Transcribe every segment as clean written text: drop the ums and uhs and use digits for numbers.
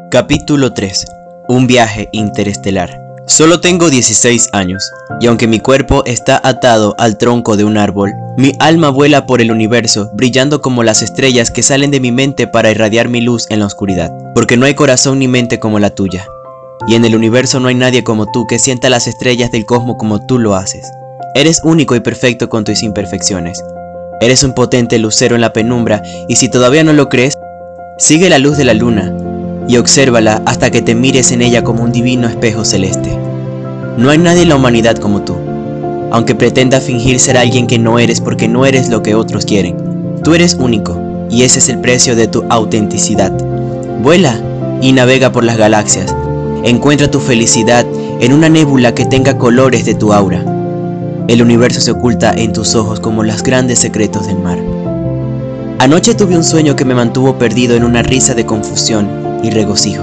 Capítulo 3. Un viaje interestelar. Solo tengo 16 años, y aunque mi cuerpo está atado al tronco de un árbol, mi alma vuela por el universo, brillando como las estrellas que salen de mi mente para irradiar mi luz en la oscuridad, porque no hay corazón ni mente como la tuya, y en el universo no hay nadie como tú que sienta las estrellas del cosmos como tú lo haces. Eres único y perfecto con tus imperfecciones. Eres un potente lucero en la penumbra, y si todavía no lo crees, sigue la luz de la luna y obsérvala hasta que te mires en ella como un divino espejo celeste. No hay nadie en la humanidad como tú, aunque pretendas fingir ser alguien que no eres porque no eres lo que otros quieren. Tú eres único, y ese es el precio de tu autenticidad. Vuela y navega por las galaxias. Encuentra tu felicidad en una nébula que tenga colores de tu aura. El universo se oculta en tus ojos como los grandes secretos del mar. Anoche tuve un sueño que me mantuvo perdido en una risa de confusión y regocijo.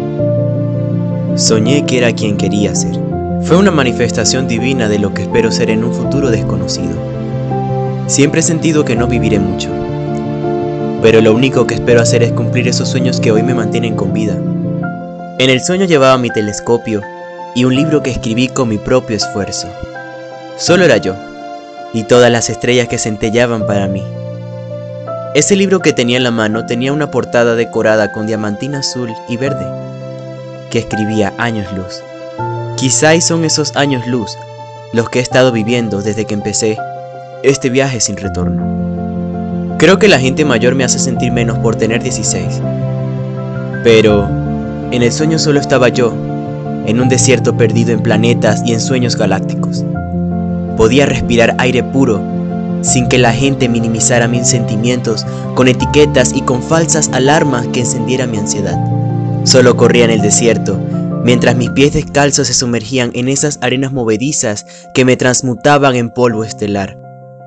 Soñé que era quien quería ser. Fue una manifestación divina de lo que espero ser en un futuro desconocido. Siempre he sentido que no viviré mucho, pero lo único que espero hacer es cumplir esos sueños que hoy me mantienen con vida. En el sueño llevaba mi telescopio y un libro que escribí con mi propio esfuerzo. Solo era yo, y todas las estrellas que centellaban para mí. Ese libro que tenía en la mano tenía una portada decorada con diamantina azul y verde, que escribía años luz. Quizá y son esos años luz los que he estado viviendo desde que empecé este viaje sin retorno. Creo que la gente mayor me hace sentir menos por tener 16. Pero en el sueño solo estaba yo, en un desierto perdido en planetas y en sueños galácticos. Podía respirar aire puro, sin que la gente minimizara mis sentimientos con etiquetas y con falsas alarmas que encendieran mi ansiedad. Solo corría en el desierto, mientras mis pies descalzos se sumergían en esas arenas movedizas que me transmutaban en polvo estelar.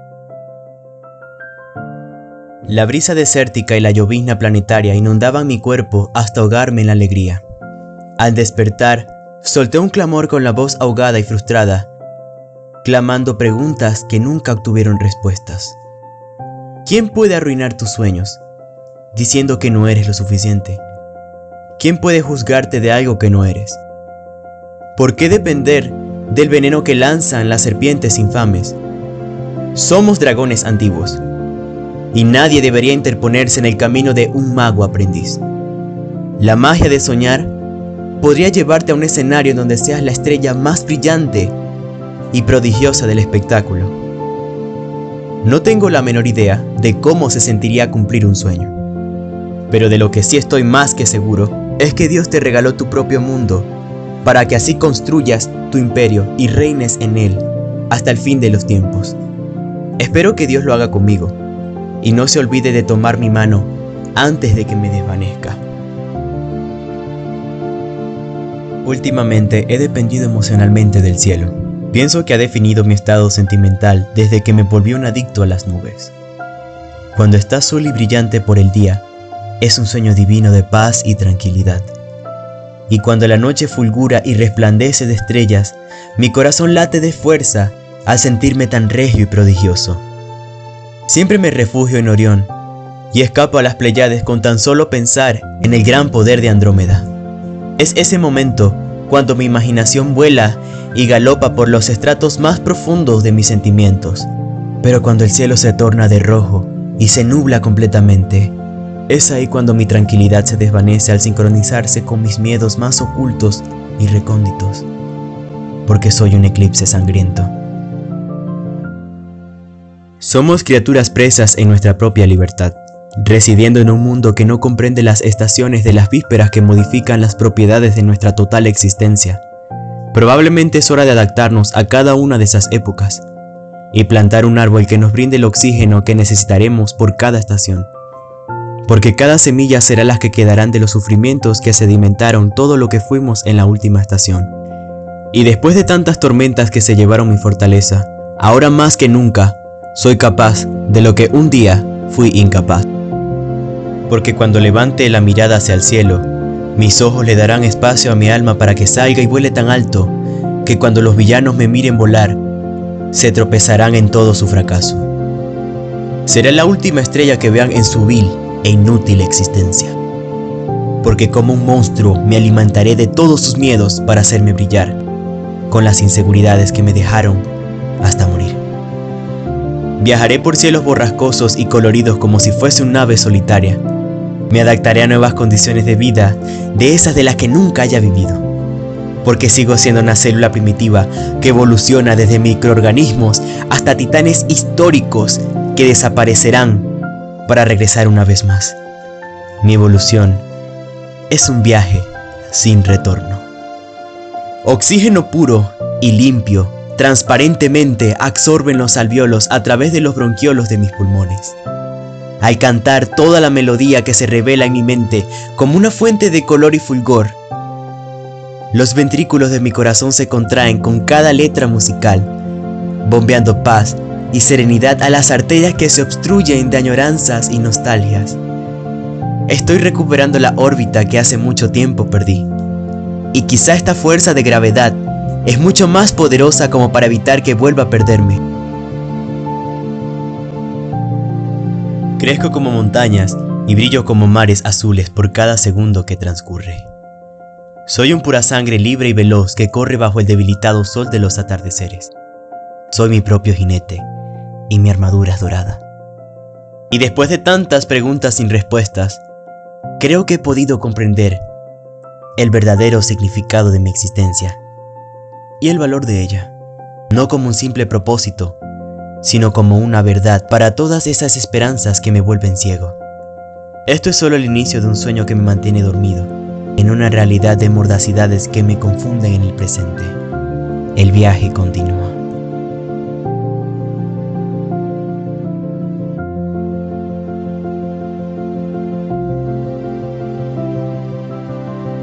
La brisa desértica y la llovizna planetaria inundaban mi cuerpo hasta ahogarme en la alegría. Al despertar, solté un clamor con la voz ahogada y frustrada, clamando preguntas que nunca obtuvieron respuestas. ¿Quién puede arruinar tus sueños, diciendo que no eres lo suficiente? ¿Quién puede juzgarte de algo que no eres? ¿Por qué depender del veneno que lanzan las serpientes infames? Somos dragones antiguos, y nadie debería interponerse en el camino de un mago aprendiz. La magia de soñar podría llevarte a un escenario en donde seas la estrella más brillante y prodigiosa del espectáculo. No tengo la menor idea de cómo se sentiría cumplir un sueño, pero de lo que sí estoy más que seguro es que Dios te regaló tu propio mundo para que así construyas tu imperio y reines en él hasta el fin de los tiempos. Espero que Dios lo haga conmigo y no se olvide de tomar mi mano antes de que me desvanezca. Últimamente he dependido emocionalmente del cielo. Pienso que ha definido mi estado sentimental desde que me volví un adicto a las nubes. Cuando está azul y brillante por el día, es un sueño divino de paz y tranquilidad. Y cuando la noche fulgura y resplandece de estrellas, mi corazón late de fuerza al sentirme tan regio y prodigioso. Siempre me refugio en Orión y escapo a las Pléyades con tan solo pensar en el gran poder de Andrómeda. Es ese momento cuando mi imaginación vuela y galopa por los estratos más profundos de mis sentimientos. Pero cuando el cielo se torna de rojo y se nubla completamente, es ahí cuando mi tranquilidad se desvanece al sincronizarse con mis miedos más ocultos y recónditos, porque soy un eclipse sangriento. Somos criaturas presas en nuestra propia libertad, residiendo en un mundo que no comprende las estaciones de las vísperas que modifican las propiedades de nuestra total existencia. Probablemente es hora de adaptarnos a cada una de esas épocas y plantar un árbol que nos brinde el oxígeno que necesitaremos por cada estación, porque cada semilla será las que quedarán de los sufrimientos que sedimentaron todo lo que fuimos en la última estación. Y después de tantas tormentas que se llevaron mi fortaleza, ahora más que nunca soy capaz de lo que un día fui incapaz. Porque cuando levante la mirada hacia el cielo, mis ojos le darán espacio a mi alma para que salga y vuele tan alto, que cuando los villanos me miren volar, se tropezarán en todo su fracaso. Será la última estrella que vean en su vil e inútil existencia. porque como un monstruo me alimentaré de todos sus miedos para hacerme brillar, con las inseguridades que me dejaron hasta morir. Viajaré por cielos borrascosos y coloridos como si fuese un ave solitaria. Me adaptaré a nuevas condiciones de vida, de esas de las que nunca haya vivido, porque sigo siendo una célula primitiva que evoluciona desde microorganismos hasta titanes históricos que desaparecerán para regresar una vez más. Mi evolución es un viaje sin retorno. Oxígeno puro y limpio, transparentemente absorben los alvéolos a través de los bronquiolos de mis pulmones. Al cantar toda la melodía que se revela en mi mente como una fuente de color y fulgor, los ventrículos de mi corazón se contraen con cada letra musical, bombeando paz y serenidad a las arterias que se obstruyen de añoranzas y nostalgias. Estoy recuperando la órbita que hace mucho tiempo perdí, y quizá esta fuerza de gravedad es mucho más poderosa como para evitar que vuelva a perderme. Crezco como montañas y brillo como mares azules por cada segundo que transcurre. Soy un pura sangre libre y veloz que corre bajo el debilitado sol de los atardeceres. Soy mi propio jinete y mi armadura es dorada. Y después de tantas preguntas sin respuestas, creo que he podido comprender el verdadero significado de mi existencia y el valor de ella, no como un simple propósito, sino como una verdad para todas esas esperanzas que me vuelven ciego. Esto es solo el inicio de un sueño que me mantiene dormido, en una realidad de mordacidades que me confunden en el presente. El viaje continúa.